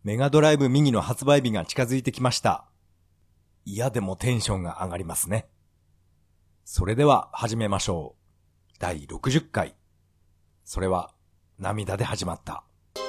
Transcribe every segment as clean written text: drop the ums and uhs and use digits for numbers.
メガドライブミニの発売日が近づいてきました。嫌でもテンションが上がりますね。それでは始めましょう。第60回。それは涙で始まった。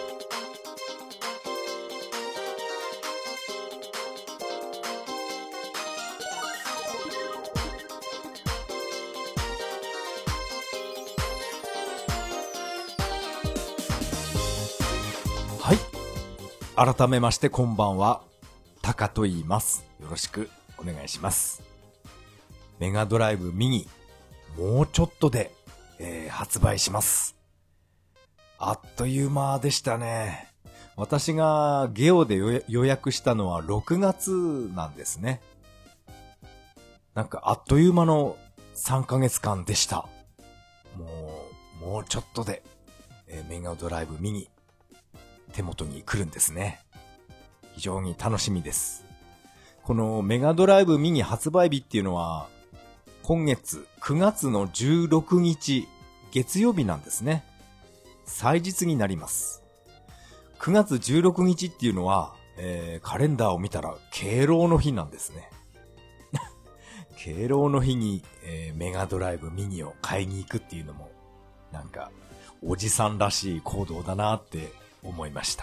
はい。改めましてこんばんは。タカと言います。よろしくお願いします。メガドライブミニ、もうちょっとで、発売します。あっという間でしたね。私がゲオで予約したのは6月なんですね。なんかあっという間の3ヶ月間でした。もうちょっとで、メガドライブミニ、手元に来るんですね。非常に楽しみです。このメガドライブミニ発売日っていうのは今月9月の16日月曜日なんですね。祭日になります。9月16日っていうのは、カレンダーを見たら敬老の日なんですね。敬老の日に、メガドライブミニを買いに行くっていうのもなんかおじさんらしい行動だなって思いました。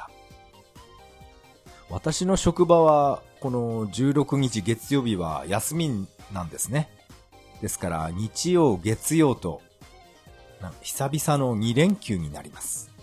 私の職場はこの16日月曜日は休みなんですね。ですから日曜月曜と久々の2連休になります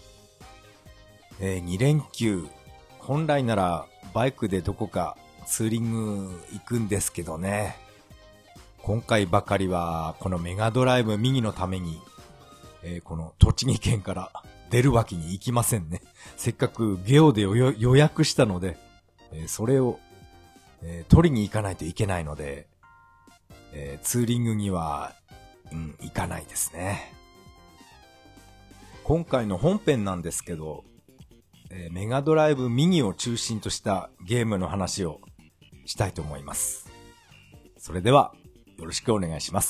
。2連休本来ならバイクでどこかツーリング行くんですけどね。今回ばかりはこのメガドライブミニのために、この栃木県から出るわけにいきませんね。せっかくゲオで予約したので、それを、取りに行かないといけないので、ツーリングには、行かないですね。今回の本編なんですけど、メガドライブミニを中心としたゲームの話をしたいと思います。それではよろしくお願いします。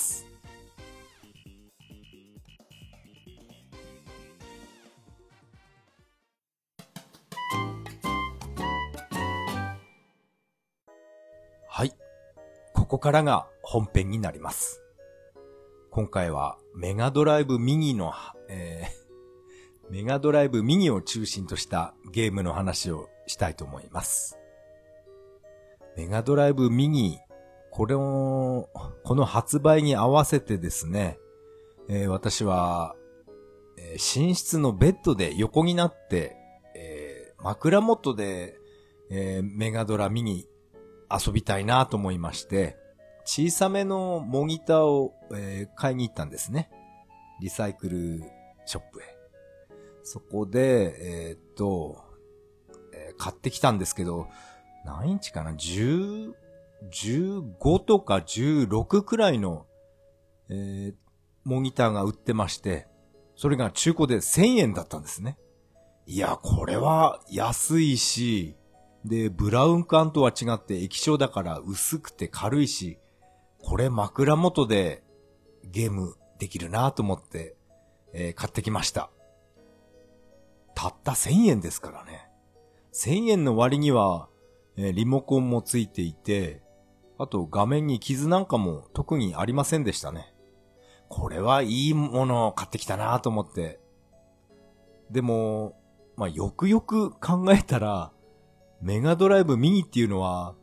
はい。ここからが本編になります。今回はメガドライブミニの、メガドライブミニを中心としたゲームの話をしたいと思います。メガドライブミニ、この発売に合わせてですね、私は、寝室のベッドで横になって、枕元で、メガドラミニ遊びたいなと思いまして、小さめのモニターを、買いに行ったんですね。リサイクルショップへ。そこで、買ってきたんですけど、何インチかな ?15 とか16くらいの、モニターが売ってまして、それが中古で1000円だったんですね。いや、これは安いし、で、ブラウン管とは違って液晶だから薄くて軽いし、これ枕元でゲームできるなと思って、買ってきました。たった1000円ですからね。1000円の割には、リモコンもついていて、あと画面に傷なんかも特にありませんでしたね。これはいいものを買ってきたなと思って。でも、よくよく考えたら、メガドライブミニっていうのは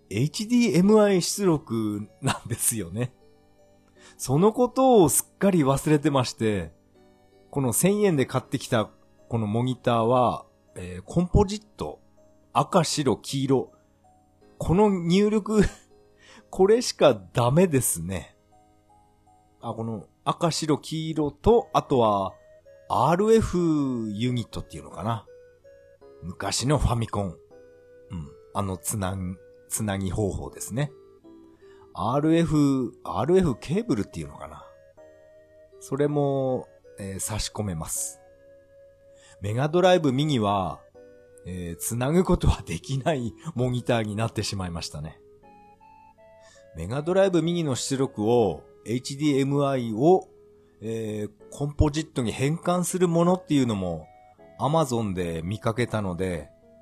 HDMI 出力なんですよね。そのことをすっかり忘れてまして、この1000円で買ってきたこのモニターは、コンポジット、赤、白、黄色、この入力これしかダメですね。この赤、白、黄色と、あとは RF ユニットっていうのかな。昔のファミコン。つなぎ方法ですね。RF ケーブルっていうのかな。それも、差し込めます。メガドライブミニは、つなぐことはできないモニターになってしまいましたね。メガドライブミニの出力を HDMI を、コンポジットに変換するものっていうのも Amazon で見かけたので、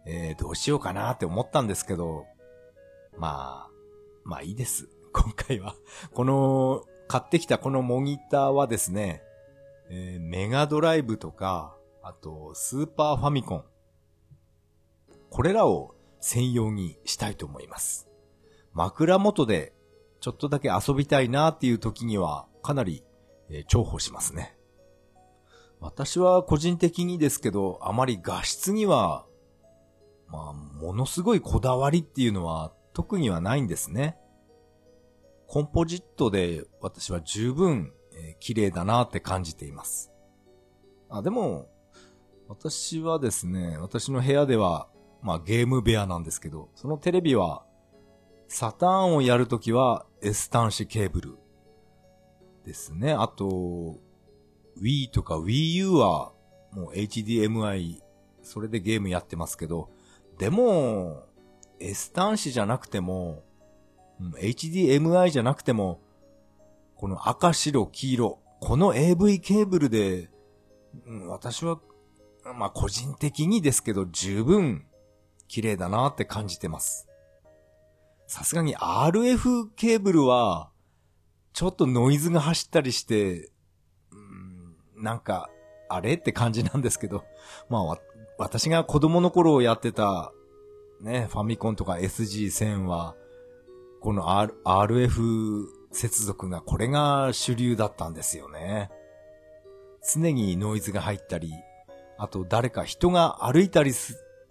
どうしようかなって思ったんですけど、まあいいです。今回は。買ってきたこのモニターはですね、メガドライブとか、あとスーパーファミコン。これらを専用にしたいと思います。枕元でちょっとだけ遊びたいなっていう時にはかなり、重宝しますね。私は個人的にですけど、あまり画質には、ものすごいこだわりっていうのは特にはないんですね。コンポジットで私は十分、綺麗だなって感じています。でも、私はですね、私の部屋では、ゲーム部屋なんですけど、そのテレビは、サターンをやるときは S 端子ケーブルですね。あと、Wii とか Wii U はもう HDMI、それでゲームやってますけど、でも、S 端子じゃなくても、HDMI じゃなくても、この赤白黄色、この AV ケーブルで、私は、個人的にですけど十分綺麗だなって感じてます。さすがに RF ケーブルは、ちょっとノイズが走ったりして、なんか、あれって感じなんですけど、私が子供の頃やってた、ね、ファミコンとか SG1000 は、この、RF 接続がこれが主流だったんですよね。常にノイズが入ったり、あと誰か人が歩いたり、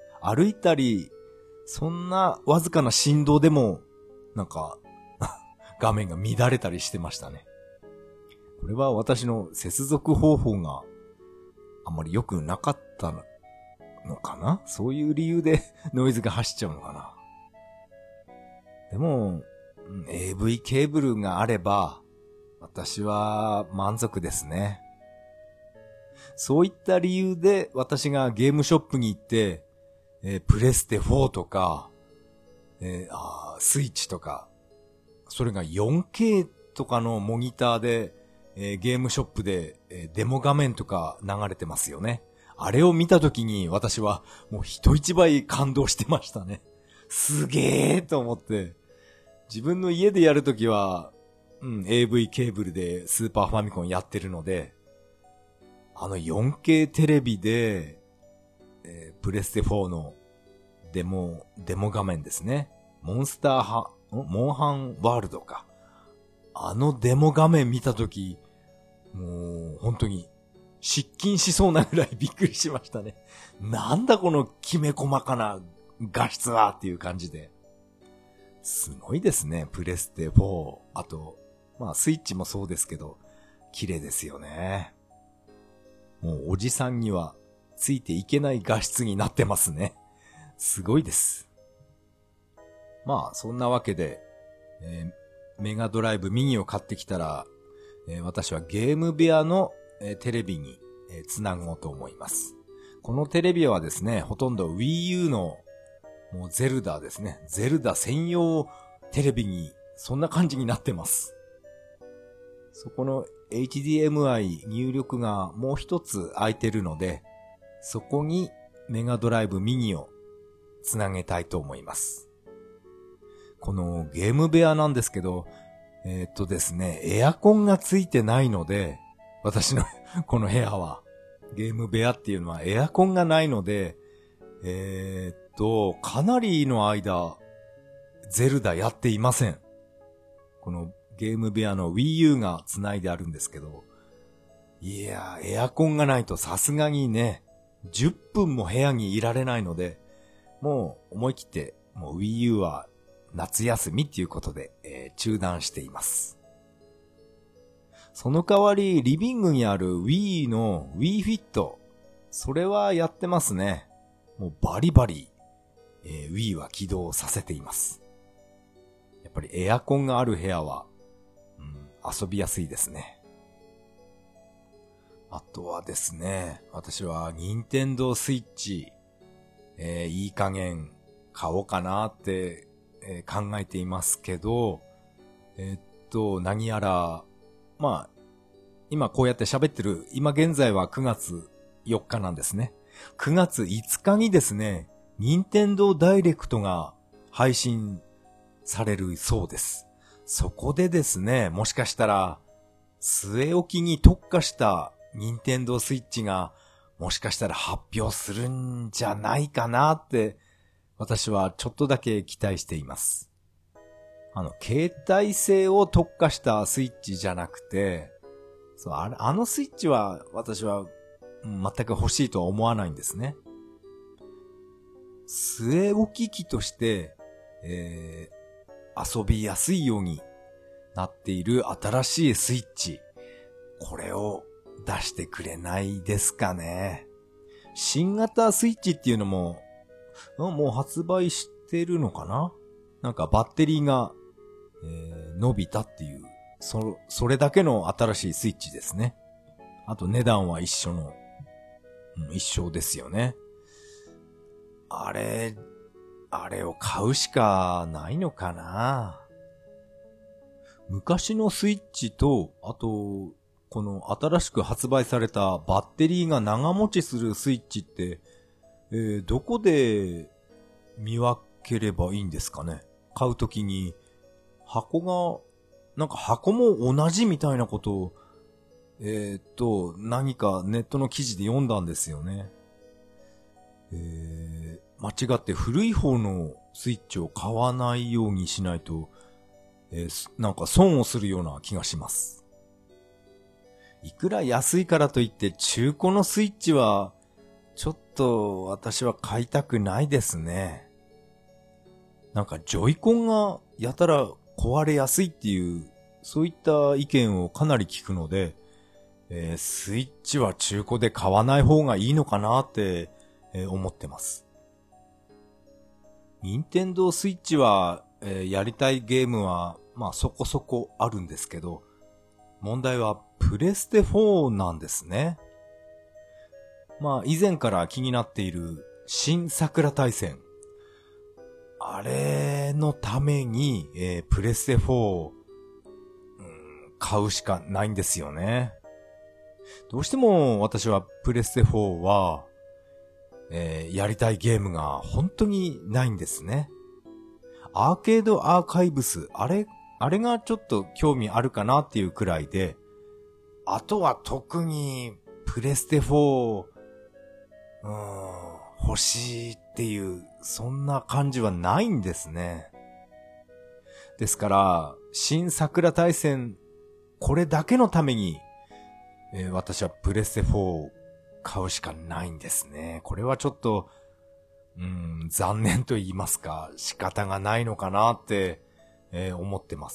そんなわずかな振動でも、なんか、画面が乱れたりしてましたね。これは私の接続方法があまり良くなかったのかな？そういう理由でノイズが走っちゃうのかな。でも、AV ケーブルがあれば、私は満足ですね。そういった理由で私がゲームショップに行って、プレステ4とか、スイッチとか、それが 4K とかのモニターで、ゲームショップで、デモ画面とか流れてますよね。あれを見たときに私はもう人一倍感動してましたね。すげーと思って。自分の家でやるときは、AV ケーブルでスーパーファミコンやってるので、4K テレビで、プレステ4のデモ画面ですね。モンハンワールドか。デモ画面見たとき、もう本当に失禁しそうなぐらいびっくりしましたね。なんだこのきめ細かな画質はっていう感じで。すごいですね。プレステ4。あと、スイッチもそうですけど、綺麗ですよね。もうおじさんにはついていけない画質になってますね。すごいです。そんなわけで、メガドライブミニを買ってきたら、私はゲーム部屋の、テレビに、つなごうと思います。このテレビはですね、ほとんど Wii U のもうゼルダですね。ゼルダ専用テレビにそんな感じになってます。そこの HDMI 入力がもう一つ空いてるので、そこにメガドライブミニをつなげたいと思います。このゲーム部屋なんですけど、ですね、エアコンがついてないので、私のこの部屋は、ゲーム部屋っていうのはエアコンがないので、かなりの間、ゼルダやっていません。このゲーム部屋の Wii U が繋いであるんですけど、いや、エアコンがないとさすがにね、10分も部屋にいられないので、もう思い切って、もう Wii U は夏休みっていうことで、中断しています。その代わり、リビングにある Wii の Wii Fit、それはやってますね。もうバリバリ、Wii は起動させています。やっぱりエアコンがある部屋は、遊びやすいですね。あとはですね、私は任天堂スイッチ、いい加減買おうかなって、考えていますけど、何やら、今こうやって喋ってる、今現在は9月4日なんですね。9月5日にですね、 任天堂ダイレクトが配信されるそうです。そこでですね、もしかしたら、据え置きに特化した任天堂スイッチが、もしかしたら発表するんじゃないかなって、私はちょっとだけ期待しています。携帯性を特化したスイッチじゃなくて、そう、あのスイッチは私は全く欲しいとは思わないんですね。据え置き機として、遊びやすいようになっている新しいスイッチ。これを出してくれないですかね。新型スイッチっていうのも、もう発売してるのかな？なんかバッテリーが、伸びたっていう、それだけの新しいスイッチですね。あと値段は一緒ですよね。あれを買うしかないのかな。昔のスイッチと、あと、この新しく発売されたバッテリーが長持ちするスイッチって、どこで見分ければいいんですかね。買うときに、箱も同じみたいなことを、何かネットの記事で読んだんですよね。間違って古い方のスイッチを買わないようにしないと、なんか損をするような気がします。いくら安いからといって中古のスイッチはちょっと私は買いたくないですね。なんかジョイコンがやたら壊れやすいっていうそういった意見をかなり聞くので、スイッチは中古で買わない方がいいのかなって、思ってます。任天堂スイッチは、やりたいゲームはまあそこそこあるんですけど、問題はプレステ4なんですね。まあ以前から気になっている新桜大戦。あれのために、プレステ4を、買うしかないんですよね。どうしても私はプレステ4は、やりたいゲームが本当にないんですね。アーケードアーカイブス、あれがちょっと興味あるかなっていうくらいで、あとは特にプレステ4、欲しいっていう、そんな感じはないんですね。ですから、新桜大戦、これだけのために、私はプレステ4を買うしかないんですね。これはちょっと、残念と言いますか、仕方がないのかなって、思ってます。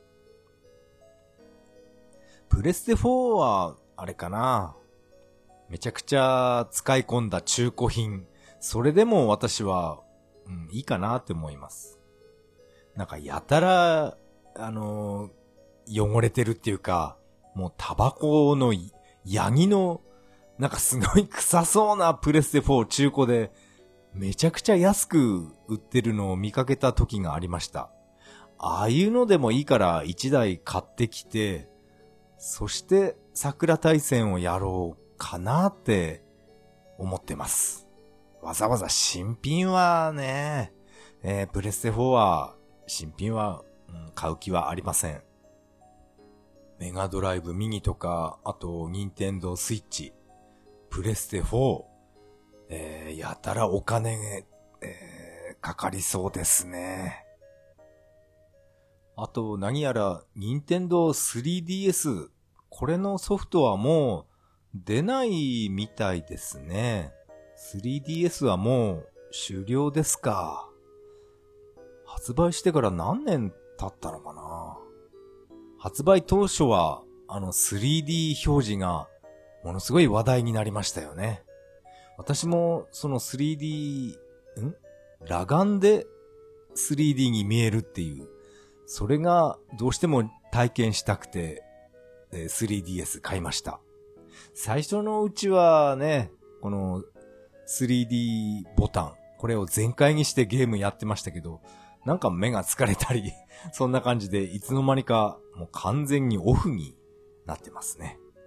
プレステ4は、あれかな。めちゃくちゃ使い込んだ中古品。それでも私は、いいかなって思います。なんかやたら、汚れてるっていうか、もうタバコのヤニの、なんかすごい臭そうなプレステ4中古で、めちゃくちゃ安く売ってるのを見かけた時がありました。ああいうのでもいいから1台買ってきて、そして桜大戦をやろうかなって思ってます。わざわざ新品はね、プレステ4は新品は、買う気はありません。メガドライブミニとか、あとニンテンドースイッチ、プレステ4、やたらお金、かかりそうですね。あと何やらニンテンドー 3DS、これのソフトはもう出ないみたいですね。3DS はもう終了ですか。発売してから何年経ったのかな。発売当初は3D 表示がものすごい話題になりましたよね。私もその 3D、裸眼で 3D に見えるっていう、それがどうしても体験したくて、3DS 買いました。最初のうちはね、この 3D ボタン、これを全開にしてゲームやってましたけど、なんか目が疲れたり、そんな感じでいつの間にかもう完全にオフになってます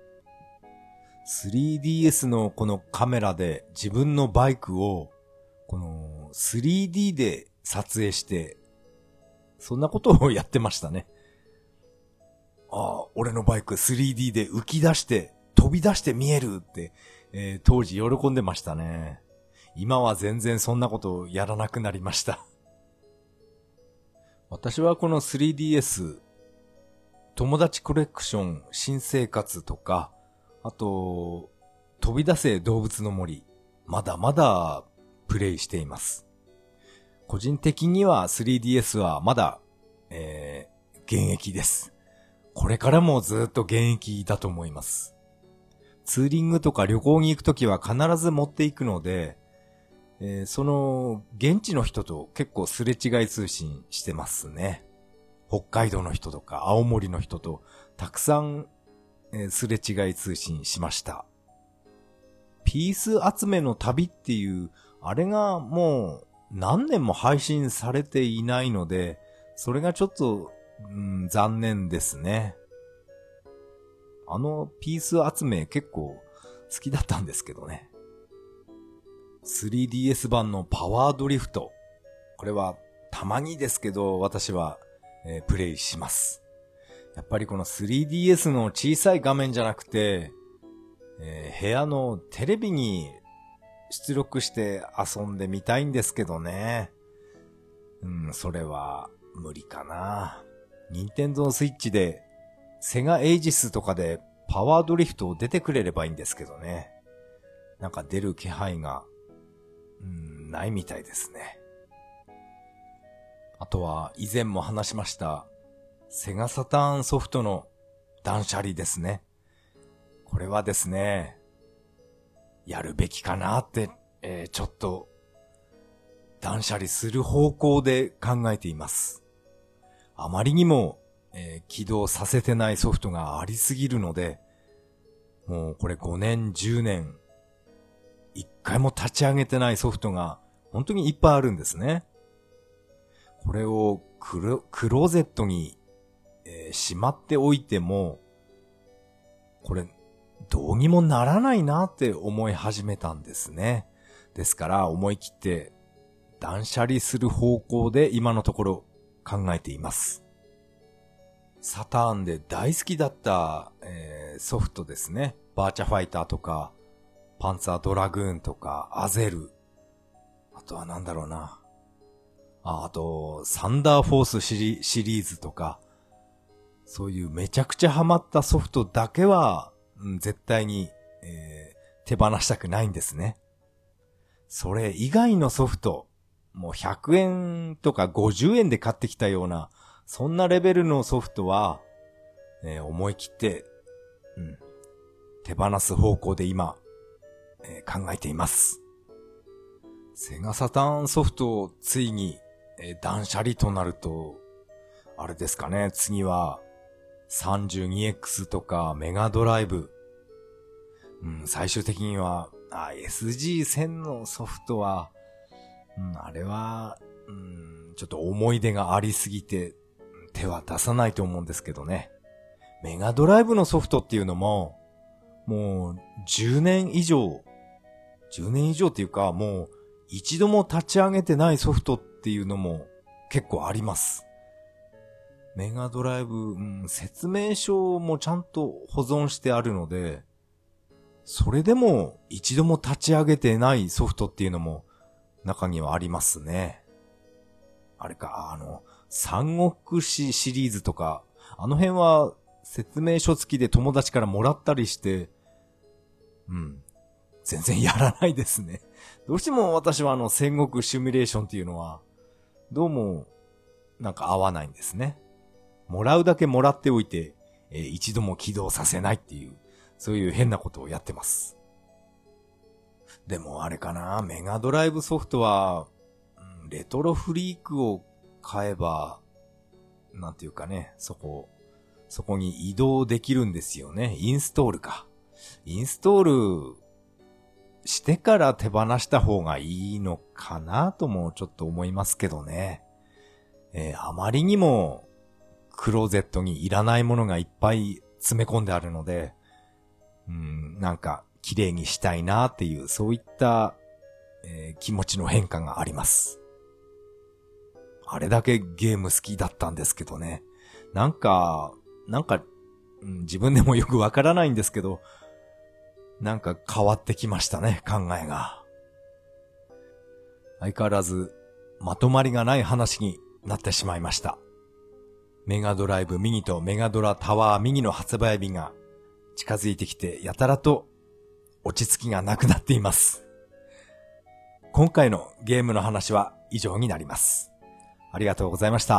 ね。3DS のこのカメラで自分のバイクをここの 3D で撮影して、そんなことをやってましたね。ああ、俺のバイク 3D で浮き出して、飛び出して見えるって、当時喜んでましたね。今は全然そんなことをやらなくなりました。私はこの 3DS、友達コレクション、新生活とか、あと、飛び出せ動物の森、まだまだプレイしています。個人的には 3DS はまだ、現役です。これからもずっと現役だと思います。ツーリングとか旅行に行くときは必ず持っていくので、その現地の人と結構すれ違い通信してますね。北海道の人とか青森の人とたくさん、すれ違い通信しました。ピース集めの旅っていうあれがもう何年も配信されていないので、それがちょっと、残念ですね。ピース集め結構好きだったんですけどね。3DS 版のパワードリフト。これはたまにですけど私は、プレイします。やっぱりこの 3DS の小さい画面じゃなくて、部屋のテレビに出力して遊んでみたいんですけどね。それは無理かな。任天堂スイッチでセガエイジスとかでパワードリフトを出てくれればいいんですけどね。なんか出る気配が、ないみたいですね。あとは以前も話しましたセガサターンソフトの断捨離ですね。これはですね、やるべきかなって、ちょっと断捨離する方向で考えています。あまりにも、起動させてないソフトがありすぎるので、もうこれ5年、10年、一回も立ち上げてないソフトが本当にいっぱいあるんですね。これをクローゼットに、しまっておいても、これどうにもならないなって思い始めたんですね。ですから思い切って断捨離する方向で今のところ考えています。サターンで大好きだった、ソフトですね。バーチャファイターとか、パンツァードラグーンとか、アゼル。あとはなんだろうな。あと、サンダーフォースシリーズとか、そういうめちゃくちゃハマったソフトだけは、絶対に、手放したくないんですね。それ以外のソフト、もう100円とか50円で買ってきたような、そんなレベルのソフトは、思い切って、手放す方向で今、考えています。セガサターンソフトをついに、断捨離となると、あれですかね、次は 32X とかメガドライブ、最終的にはSG1000 のソフトは、あれは、ちょっと思い出がありすぎて手は出さないと思うんですけどね。メガドライブのソフトっていうのも、もう10年以上っていうかもう一度も立ち上げてないソフトっていうのも結構あります。メガドライブ、説明書もちゃんと保存してあるので、それでも一度も立ち上げてないソフトっていうのも中にはありますね。あれか、三国志シリーズとか、あの辺は説明書付きで友達からもらったりして、全然やらないですね。どうしても私は戦国シミュレーションっていうのは、どうもなんか合わないんですね。もらうだけもらっておいて、一度も起動させないっていう、そういう変なことをやってます。でもあれかな、メガドライブソフトは、レトロフリークを買えば、なんていうかね、そこに移動できるんですよね。インストールか。インストールしてから手放した方がいいのかなともちょっと思いますけどね。あまりにもクローゼットにいらないものがいっぱい詰め込んであるので、なんか綺麗にしたいなっていう、そういった、 気持ちの変化があります。あれだけゲーム好きだったんですけどね。なんか、自分でもよくわからないんですけど、なんか変わってきましたね、考えが。相変わらず、まとまりがない話になってしまいました。メガドライブミニとメガドラタワーミニの発売日が近づいてきて、やたらと落ち着きがなくなっています。今回のゲームの話は以上になります。ありがとうございました。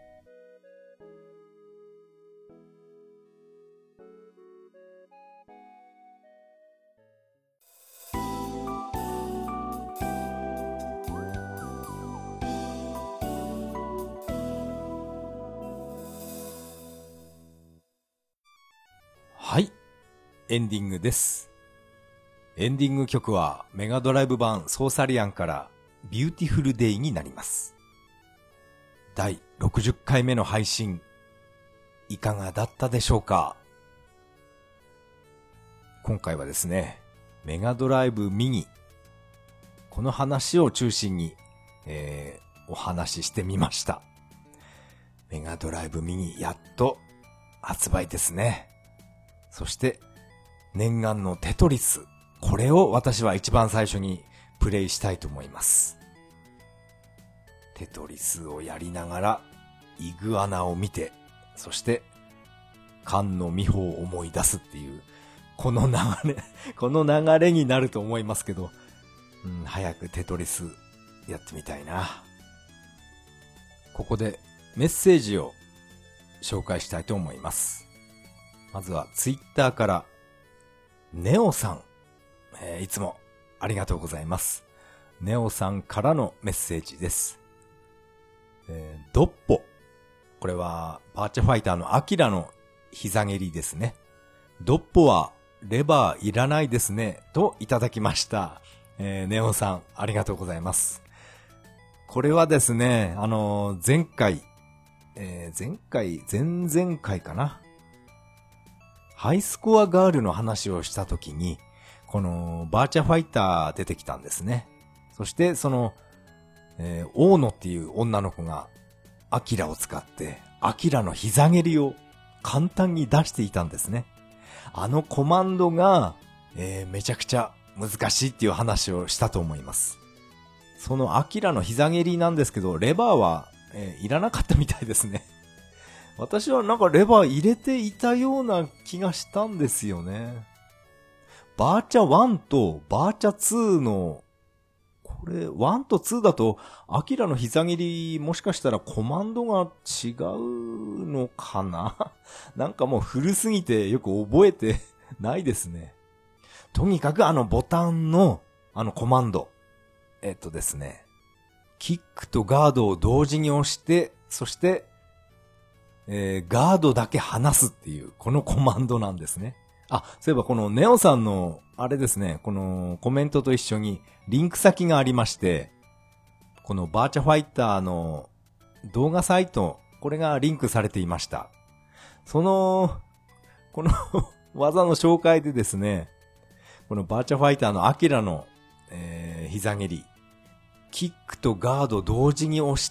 はい、エンディングです。エンディング曲はメガドライブ版ソーサリアンからビューティフルデイになります。第60回目の配信、いかがだったでしょうか？今回はですね、メガドライブミニ、この話を中心に、お話ししてみました。メガドライブミニ、やっと発売ですね。そして念願のテトリス、これを私は一番最初にプレイしたいと思います。テトリスをやりながらイグアナを見て、そして菅野美穂を思い出すっていうこの流れになると思いますけど、早くテトリスやってみたいな。ここでメッセージを紹介したいと思います。まずはツイッターからネオさん、いつもありがとうございます。ネオさんからのメッセージです。ドッポ、これはバーチャファイターのアキラの膝蹴りですね。ドッポはレバーいらないですねといただきました。ネオさんありがとうございます。これはですね、前回かな、ハイスコアガールの話をしたときに、このバーチャファイター出てきたんですね。そしてその、大野っていう女の子がアキラを使ってアキラの膝蹴りを簡単に出していたんですね。あのコマンドが、めちゃくちゃ難しいっていう話をしたと思います。そのアキラの膝蹴りなんですけど、レバーは、いらなかったみたいですね。私はなんかレバー入れていたような気がしたんですよね。バーチャ1とバーチャ2の、これ1と2だとアキラの膝蹴りもしかしたらコマンドが違うのかな。なんかもう古すぎてよく覚えてないですね。とにかくボタンのコマンド、ですね、キックとガードを同時に押して、そしてガードだけ離すっていうこのコマンドなんですね。あ、そういえばこのネオさんのあれですね、このコメントと一緒にリンク先がありまして、このバーチャファイターの動画サイト、これがリンクされていました。この技の紹介でですね、このバーチャファイターのアキラの、膝蹴り、キックとガード同時に押して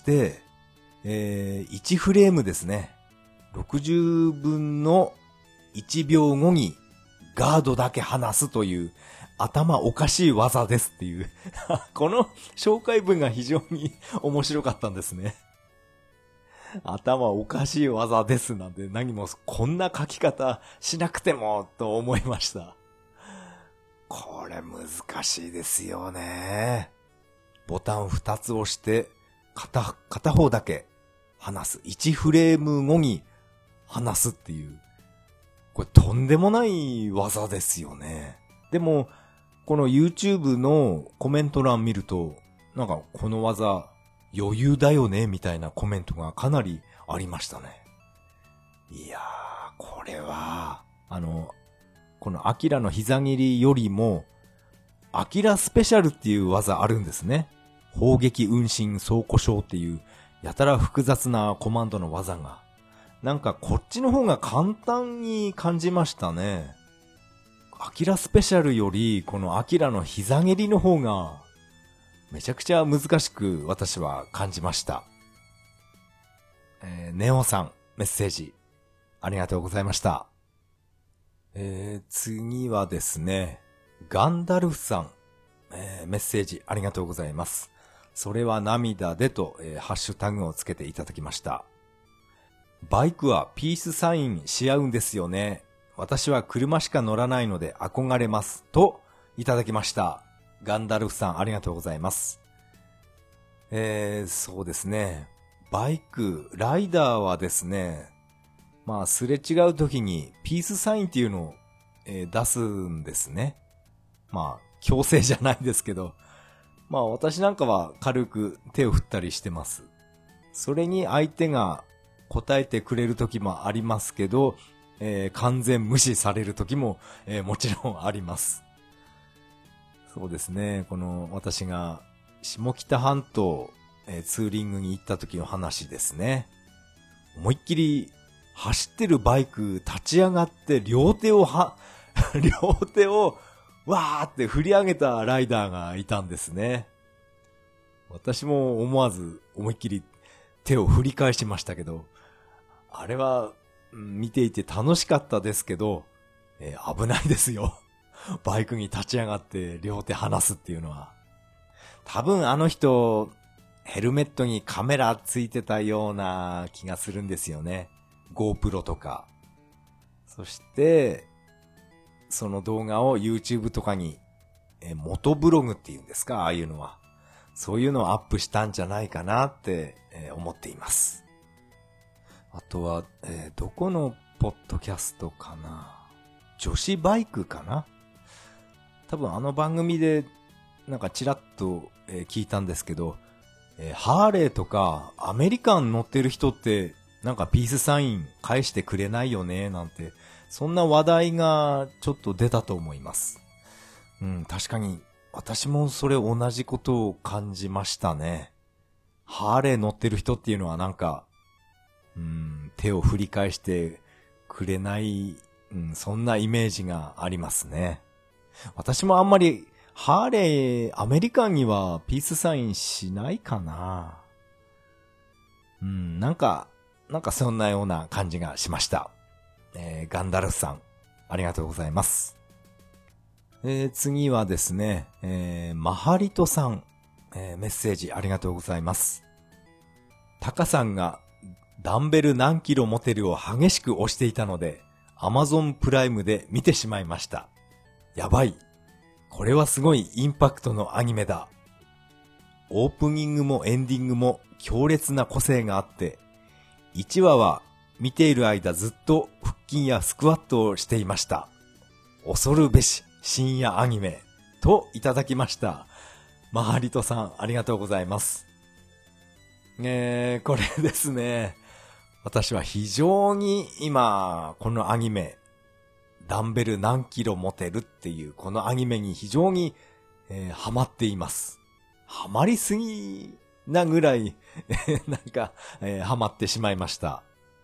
、1フレームですね。60分の1秒後にガードだけ離すという頭おかしい技ですっていうこの紹介文が非常に面白かったんですね。頭おかしい技ですなんて何もこんな書き方しなくてもと思いました。これ難しいですよね。ボタン2つ押して片方だけ離す。1フレーム後に離すっていう。これとんでもない技ですよね。でも、この YouTube のコメント欄見ると、なんかこの技余裕だよねみたいなコメントがかなりありましたね。いやー、これは、このアキラの膝蹴りよりも、アキラスペシャルっていう技あるんですね。砲撃運針総故障っていう、やたら複雑なコマンドの技が。なんかこっちの方が簡単に感じましたね。アキラスペシャルよりこのアキラの膝蹴りの方がめちゃくちゃ難しく私は感じました。ネオさん、メッセージ、ありがとうございました。次はですね、ガンダルフさん、メッセージありがとうございます。それは涙でと、ハッシュタグをつけていただきました。バイクはピースサインし合うんですよね。私は車しか乗らないので憧れます。と、いただきました。ガンダルフさんありがとうございます。そうですね。バイク、ライダーはですね、まあすれ違う時にピースサインっていうのを、出すんですね。まあ強制じゃないですけど、まあ私なんかは軽く手を振ったりしてます。それに相手が答えてくれる時もありますけど、完全無視される時も、もちろんあります。そうですね、この私が下北半島、ツーリングに行った時の話ですね。思いっきり走ってるバイク立ち上がって両手をわーって振り上げたライダーがいたんですね。私も思わず思いっきり手を振り返しましたけど、あれは見ていて楽しかったですけど、危ないですよ。バイクに立ち上がって両手離すっていうのは。多分あの人、ヘルメットにカメラついてたような気がするんですよね。GoPro とか。そして、その動画を YouTube とかに、元ブログっていうんですか、ああいうのは。そういうのをアップしたんじゃないかなって、思っています。あとは、どこのポッドキャストかな。女子バイクかな。多分あの番組でなんかちらっと、聞いたんですけど、ハーレーとかアメリカン乗ってる人ってなんかピースサイン返してくれないよねなんて、そんな話題がちょっと出たと思います。確かに私もそれ同じことを感じましたね。ハーレー乗ってる人っていうのはなんか、手を振り返してくれない、そんなイメージがありますね。私もあんまりハーレー、アメリカンにはピースサインしないかな。なんかそんなような感じがしました。ガンダルフさん、ありがとうございます。次はですね、マハリトさん、メッセージありがとうございます。タカさんがダンベル何キロ持てるを激しく押していたので、Amazon プライムで見てしまいました。やばい。これはすごいインパクトのアニメだ。オープニングもエンディングも強烈な個性があって、1話は見ている間ずっと腹筋やスクワットをしていました。恐るべし深夜アニメといただきました。マハリトさんありがとうございます。これですね。私は非常に今このアニメ、ダンベル何キロ持てるっていうこのアニメに非常に、ハマっています。ハマりすぎなぐらいなんか、ハマってしまいました。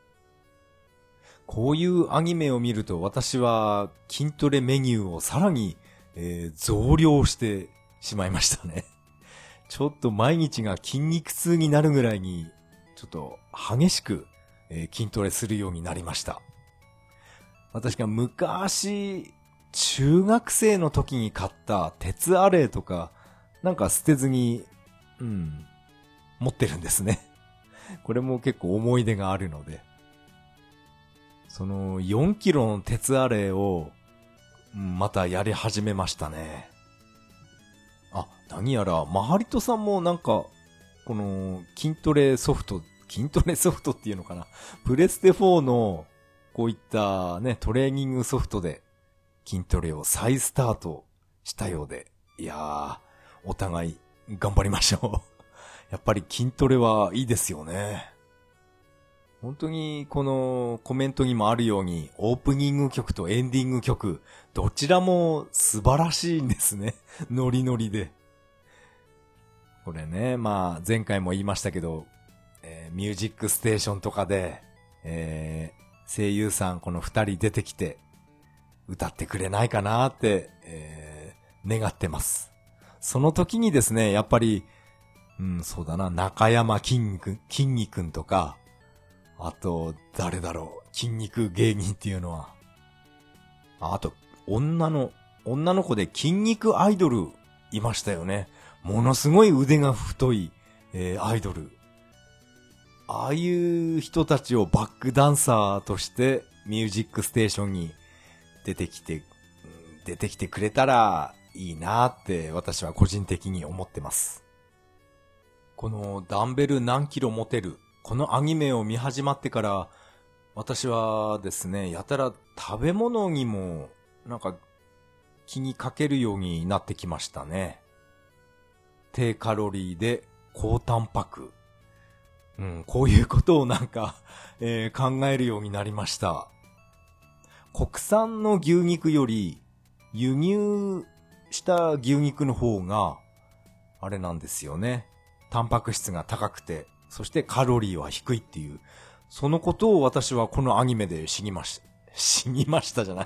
こういうアニメを見ると私は筋トレメニューをさらに、増量してしまいましたね。ちょっと毎日が筋肉痛になるぐらいにちょっと激しく、筋トレするようになりました。私が昔、中学生の時に買った鉄アレイとか、なんか捨てずに、持ってるんですね。これも結構思い出があるので。その4キロの鉄アレイを、またやり始めましたね。何やら、マハリトさんもなんか、この筋トレソフトっていうのかな。プレステ4の、こういったね、トレーニングソフトで筋トレを再スタートしたようで、いやー、お互い頑張りましょう。やっぱり筋トレはいいですよね。本当にこのコメントにもあるように、オープニング曲とエンディング曲、どちらも素晴らしいんですね。ノリノリで。これね、前回も言いましたけど、ミュージックステーションとかで、声優さんこの2人出てきて歌ってくれないかなって、願ってます。 その時にですね、やっぱり、そうだな、中山きんに君とか、あと、誰だろう、筋肉芸人っていうのは。あと、女の子で筋肉アイドルいましたよね。ものすごい腕が太い、アイドル。ああいう人たちをバックダンサーとしてミュージックステーションに出てきてくれたらいいなって私は個人的に思ってます。このダンベル何キロ持てる、このアニメを見始まってから私はですね、やたら食べ物にもなんか気にかけるようになってきましたね。低カロリーで高タンパク。こういうことをなんか、考えるようになりました。国産の牛肉より輸入した牛肉の方があれなんですよね。タンパク質が高くて、そしてカロリーは低いっていう、そのことを私はこのアニメで知りましたじゃない、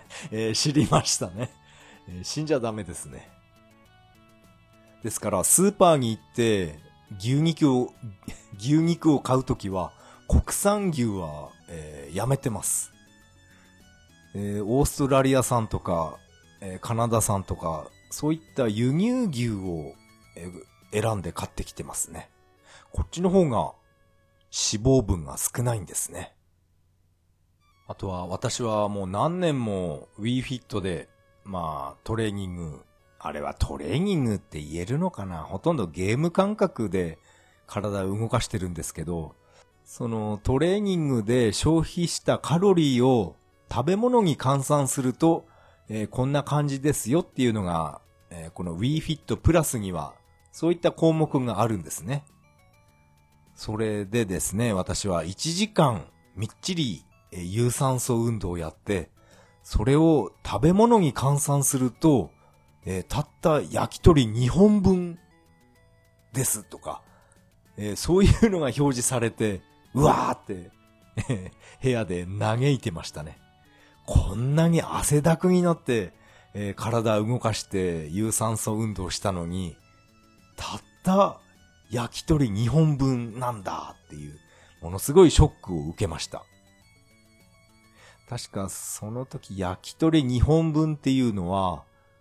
知りましたね。死んじゃダメですね。ですからスーパーに行って牛肉を買うときは国産牛は、やめてます。オーストラリア産とか、カナダ産とかそういった輸入牛を、選んで買ってきてますね。こっちの方が脂肪分が少ないんですね。あとは私はもう何年も WeFit でトレーニング、あれはトレーニングって言えるのかな、ほとんどゲーム感覚で体を動かしてるんですけど、そのトレーニングで消費したカロリーを食べ物に換算すると、こんな感じですよっていうのが、この WeFit プラスにはそういった項目があるんですね。それでですね、私は1時間みっちり有酸素運動をやって、それを食べ物に換算すると、たった焼き鳥2本分ですとか、そういうのが表示されて、うわーって部屋で嘆いてましたね。こんなに汗だくになって、体を動かして有酸素運動したのに、たった焼き鳥2本分なんだっていう、ものすごいショックを受けました。確かその時焼き鳥2本分っていうのは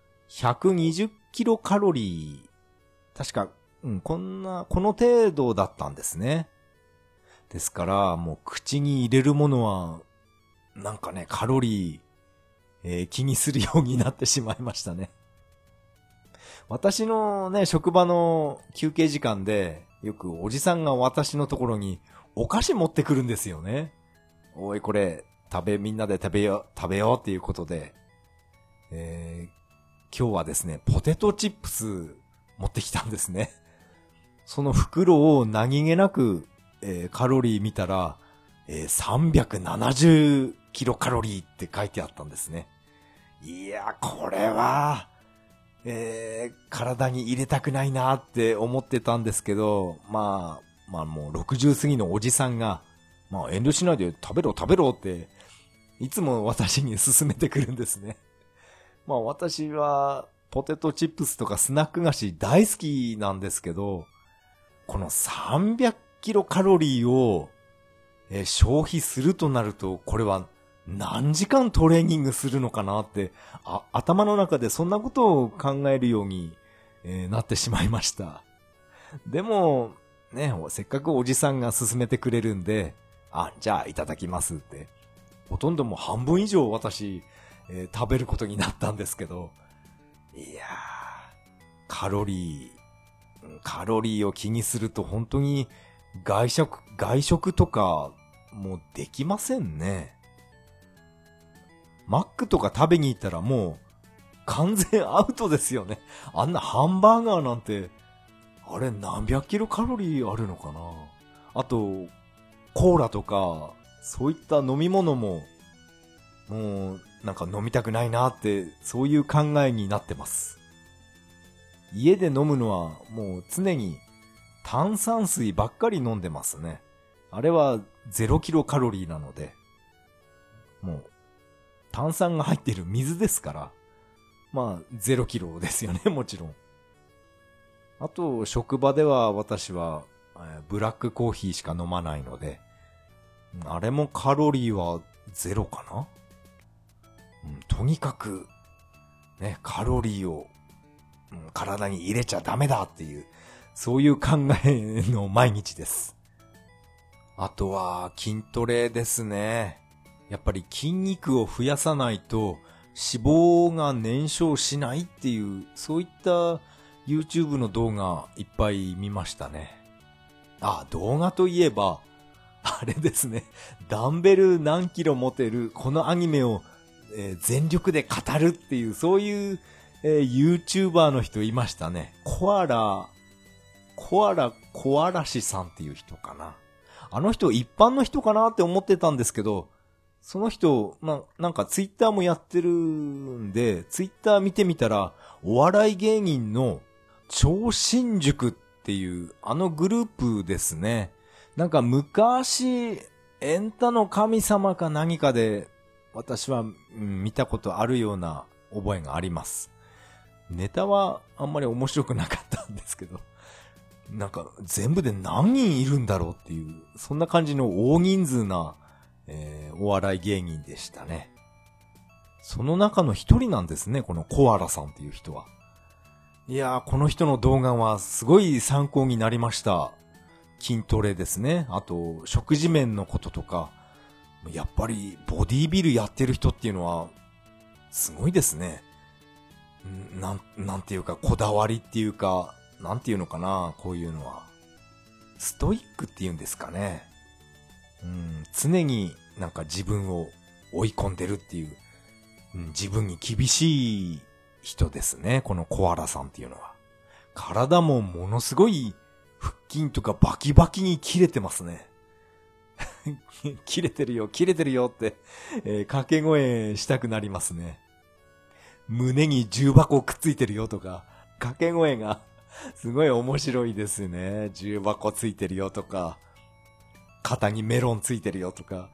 120キロカロリー、確か、この程度だったんですね。ですからもう口に入れるものはなんかね、カロリー、気にするようになってしまいましたね。私のね、職場の休憩時間でよくおじさんが私のところにお菓子持ってくるんですよね。おいこれみんなで食べようっていうことで、今日はですね、ポテトチップス持ってきたんですね。その袋を何気なく、カロリー見たら、370キロカロリーって書いてあったんですね。いや、これは、体に入れたくないなって思ってたんですけど、もう60過ぎのおじさんが、遠慮しないで食べろって、いつも私に勧めてくるんですね。私はポテトチップスとかスナック菓子大好きなんですけど、この300キロカロリーを、消費するとなると、これは何時間トレーニングするのかなって、頭の中でそんなことを考えるように、なってしまいました。でも、ね、せっかくおじさんが勧めてくれるんで、じゃあいただきますって。ほとんどもう半分以上私、食べることになったんですけど、いやー、カロリーを気にすると本当に外食とかもうできませんね。マックとか食べに行ったらもう完全アウトですよね。あんなハンバーガーなんて、あれ何百キロカロリーあるのかな。あと、コーラとか、そういった飲み物も、もうなんか飲みたくないなって、そういう考えになってます。家で飲むのはもう常に炭酸水ばっかり飲んでますね。あれは0キロカロリーなので、もう炭酸が入っている水ですから、0キロですよね、もちろん。 あと、職場では私は、ブラックコーヒーしか飲まないので、あれもカロリーはゼロかな。とにかく、ね、カロリーを、体に入れちゃダメだっていう、そういう考えの毎日です。あとは筋トレですね。やっぱり筋肉を増やさないと脂肪が燃焼しないっていう、そういった YouTube の動画いっぱい見ましたね。動画といえば、あれですね。ダンベル何キロ持てるこのアニメを、全力で語るっていう、そういう、YouTuber の人いましたね。コアラシさんっていう人かな。あの人一般の人かなって思ってたんですけど、その人、なんかツイッターもやってるんで、ツイッター見てみたら、お笑い芸人の超新塾っていうあのグループですね。なんか昔、エンタの神様か何かで、私は、見たことあるような覚えがあります。ネタはあんまり面白くなかったんですけど、なんか全部で何人いるんだろうっていう、そんな感じの大人数な、お笑い芸人でしたね。その中の一人なんですね、このコアラさんっていう人は。いやー、この人の動画はすごい参考になりました。筋トレですね。あと、食事面のこととか。やっぱり、ボディービルやってる人っていうのは、すごいですね。なんていうか、こだわりっていうか、なんていうのかな、こういうのは。ストイックっていうんですかね。常になんか自分を追い込んでるっていう、自分に厳しい人ですね、このコアラさんっていうのは。体もものすごい腹筋とかバキバキに切れてますね。切れてるよって、掛け声したくなりますね。胸に重箱くっついてるよとか、掛け声がすごい面白いですね。重箱ついてるよとか、肩にメロンついてるよとか、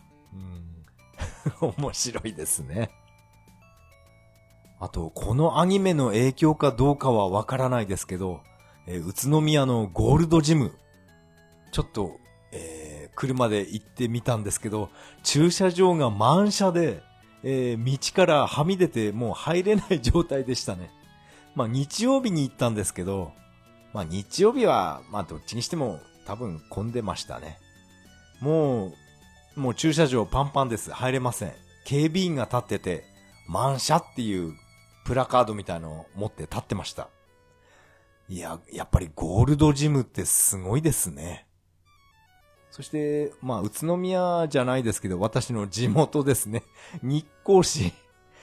面白いですね。あと、このアニメの影響かどうかはわからないですけど、宇都宮のゴールドジム、ちょっと、車で行ってみたんですけど、駐車場が満車で、道からはみ出てもう入れない状態でしたね。日曜日に行ったんですけど、日曜日は、どっちにしても多分混んでましたね。もう駐車場パンパンです。入れません。警備員が立ってて、満車っていうプラカードみたいのを持って立ってました。いや、やっぱりゴールドジムってすごいですね。そして、宇都宮じゃないですけど、私の地元ですね。日光市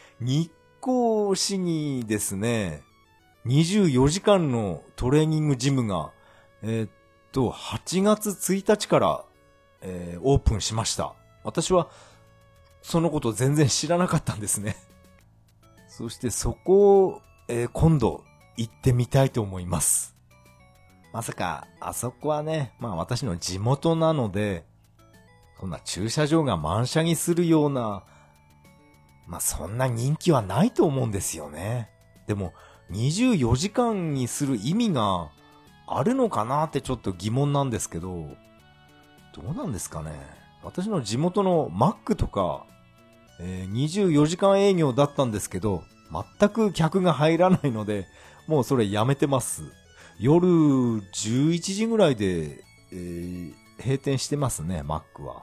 にですね、24時間のトレーニングジムが、8月1日から、オープンしました。私は、そのこと全然知らなかったんですね。そしてそこを、今度行ってみたいと思います。まさか、あそこはね、私の地元なので、そんな駐車場が満車にするような、そんな人気はないと思うんですよね。でも、24時間にする意味があるのかなってちょっと疑問なんですけど、どうなんですかね。私の地元のマックとか、24時間営業だったんですけど、全く客が入らないので、もうそれやめてます。夜11時ぐらいで、閉店してますね、マックは。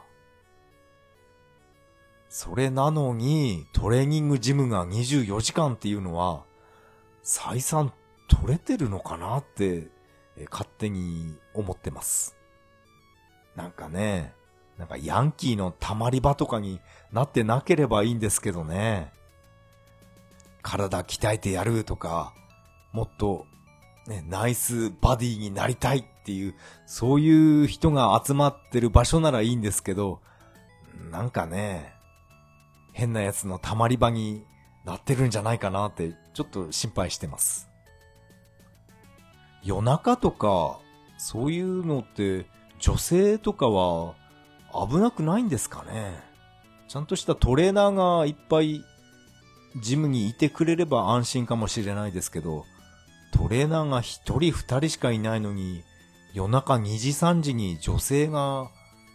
それなのに、トレーニングジムが24時間っていうのは、採算取れてるのかなって、勝手に思ってます。なんかヤンキーの溜まり場とかになってなければいいんですけどね。体鍛えてやるとか、もっと、ナイスバディになりたいっていう、そういう人が集まってる場所ならいいんですけど、変なやつの溜まり場になってるんじゃないかなって、ちょっと心配してます。夜中とか、そういうのって、女性とかは危なくないんですかね。ちゃんとしたトレーナーがいっぱいジムにいてくれれば安心かもしれないですけど、 トレーナーが一人二人しかいないのに、夜中2時3時に女性が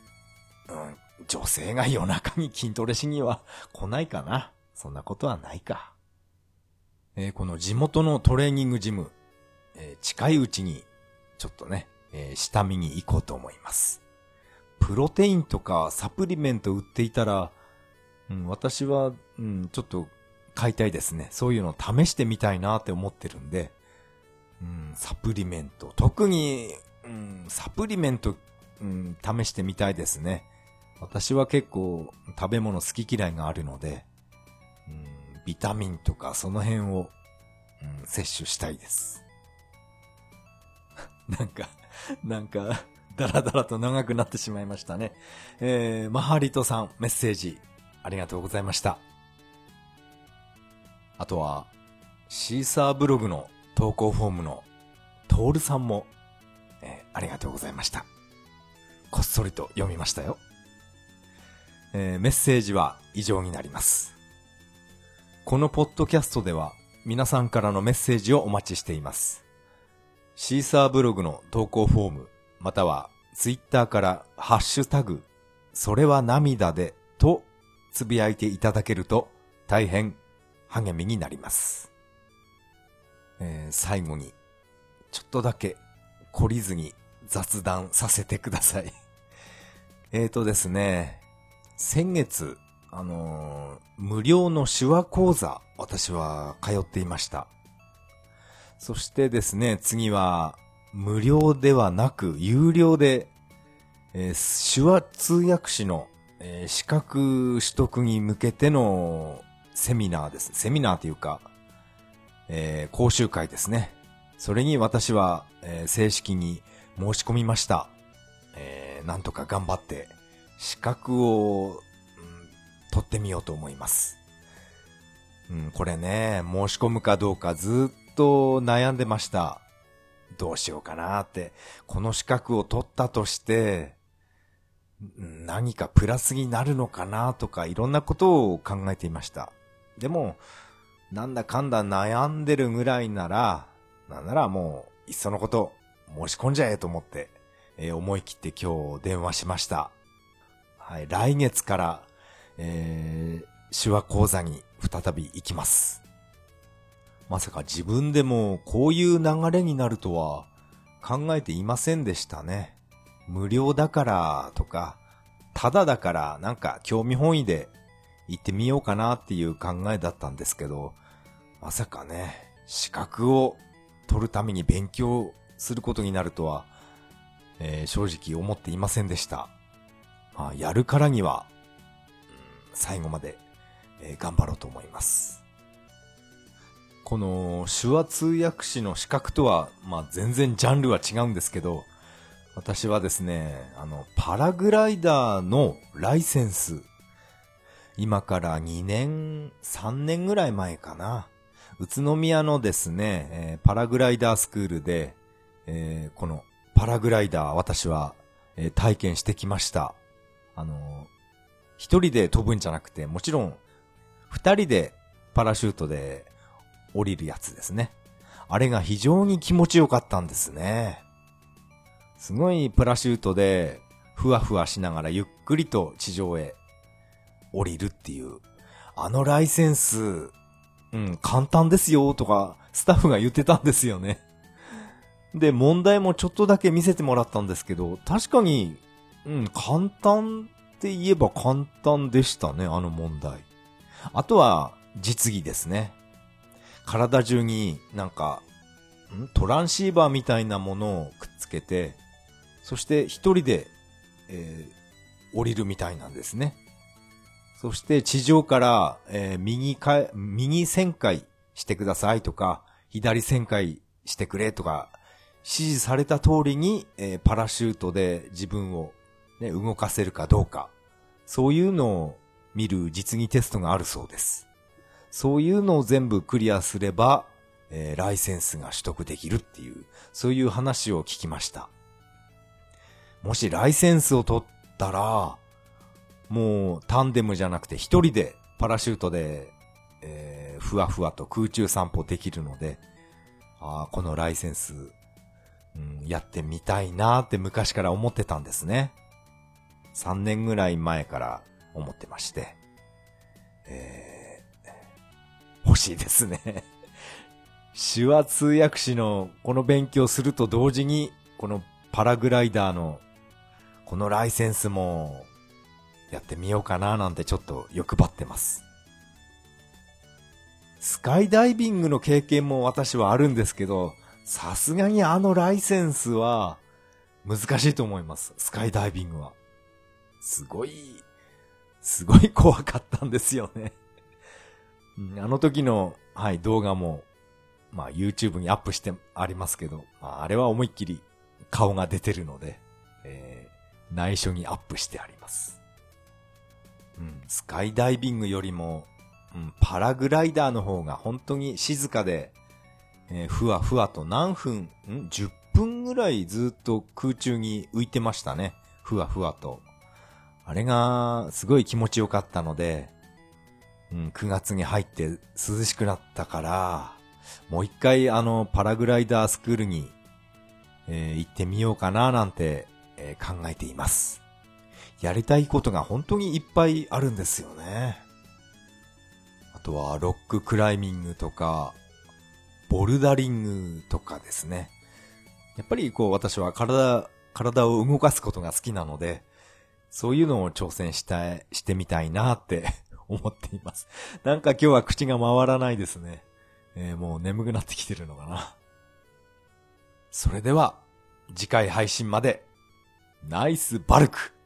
夜中に筋トレしには来ないかな。そんなことはないか。この地元のトレーニングジム、近いうちにちょっとね、下見に行こうと思います。プロテインとかサプリメント売っていたら、私は、ちょっと買いたいですね。そういうのを試してみたいなって思ってるんで、サプリメント、特に、サプリメント、試してみたいですね。私は結構食べ物好き嫌いがあるので、ビタミンとかその辺を、摂取したいです。なんか、だらだらと長くなってしまいましたね。マハリトさん、メッセージ、ありがとうございました。あとは、シーサーブログの投稿フォームのトールさんも、ありがとうございました。こっそりと読みましたよ。メッセージは以上になります。このポッドキャストでは皆さんからのメッセージをお待ちしています。シーサーブログの投稿フォーム、またはツイッターからハッシュタグ、それは涙でとつぶやいていただけると大変励みになります。最後にちょっとだけ懲りずに雑談させてください。ですね、先月、無料の手話講座、私は通っていました。そしてですね、次は、無料ではなく、有料で、手話通訳士の、資格取得に向けてのセミナーです。セミナーというか、講習会ですね。それに私は、正式に申し込みました。なんとか頑張って、資格を、取ってみようと思います。これね、申し込むかどうかずっと悩んでました。どうしようかなって。この資格を取ったとして、何かプラスになるのかなとかいろんなことを考えていました。でも、なんだかんだ悩んでるぐらいなら、なんならもういっそのこと申し込んじゃえと思って、思い切って今日電話しました。はい、来月から、手話講座に再び行きます。まさか自分でもこういう流れになるとは考えていませんでしたね。無料だからとか、ただだからなんか興味本位で行ってみようかなっていう考えだったんですけど、まさかね、資格を取るために勉強することになるとは、正直思っていませんでした。やるからには、最後まで、頑張ろうと思います。この手話通訳士の資格とは、全然ジャンルは違うんですけど、私はですね、パラグライダーのライセンス、今から2年、3年ぐらい前かな。宇都宮のですね、パラグライダースクールで、このパラグライダー私は、体験してきました。一人で飛ぶんじゃなくて、もちろん二人でパラシュートで降りるやつですね。あれが非常に気持ちよかったんですね。すごいパラシュートでふわふわしながらゆっくりと地上へ降りるっていう。ライセンス、簡単ですよとかスタッフが言ってたんですよね。で、問題もちょっとだけ見せてもらったんですけど、確かに、簡単って言えば簡単でしたね、問題。あとは、実技ですね。体中になんか、トランシーバーみたいなものをくっつけて、そして一人で、降りるみたいなんですね。そして地上から、右旋回してくださいとか、左旋回してくれとか、指示された通りに、パラシュートで自分を、動かせるかどうか、そういうのを見る実技テストがあるそうです。そういうのを全部クリアすれば、ライセンスが取得できるっていう、そういう話を聞きました。もしライセンスを取ったら、もうタンデムじゃなくて一人でパラシュートで、ふわふわと空中散歩できるので、 このライセンス、やってみたいなーって昔から思ってたんですね。3年ぐらい前から思ってまして。欲しいですね。手話通訳士のこの勉強すると同時に、このパラグライダーのこのライセンスもやってみようかななんてちょっと欲張ってます。スカイダイビングの経験も私はあるんですけど、さすがにライセンスは難しいと思います。スカイダイビングは。すごい怖かったんですよね。あの時の、動画も、YouTube にアップしてありますけど、あれは思いっきり顔が出てるので、内緒にアップしてあります。スカイダイビングよりも、パラグライダーの方が本当に静かで、ふわふわと何分、10分ぐらいずっと空中に浮いてましたね。ふわふわと。あれがすごい気持ちよかったので、9月に入って涼しくなったから、もう一回パラグライダースクールに、行ってみようかななんて、考えています。やりたいことが本当にいっぱいあるんですよね。あとはロッククライミングとか、ボルダリングとかですね。やっぱり私は体を動かすことが好きなので、そういうのを挑戦してみたいなって思っています。なんか今日は口が回らないですね。もう眠くなってきてるのかな。それでは次回配信までナイスバルク。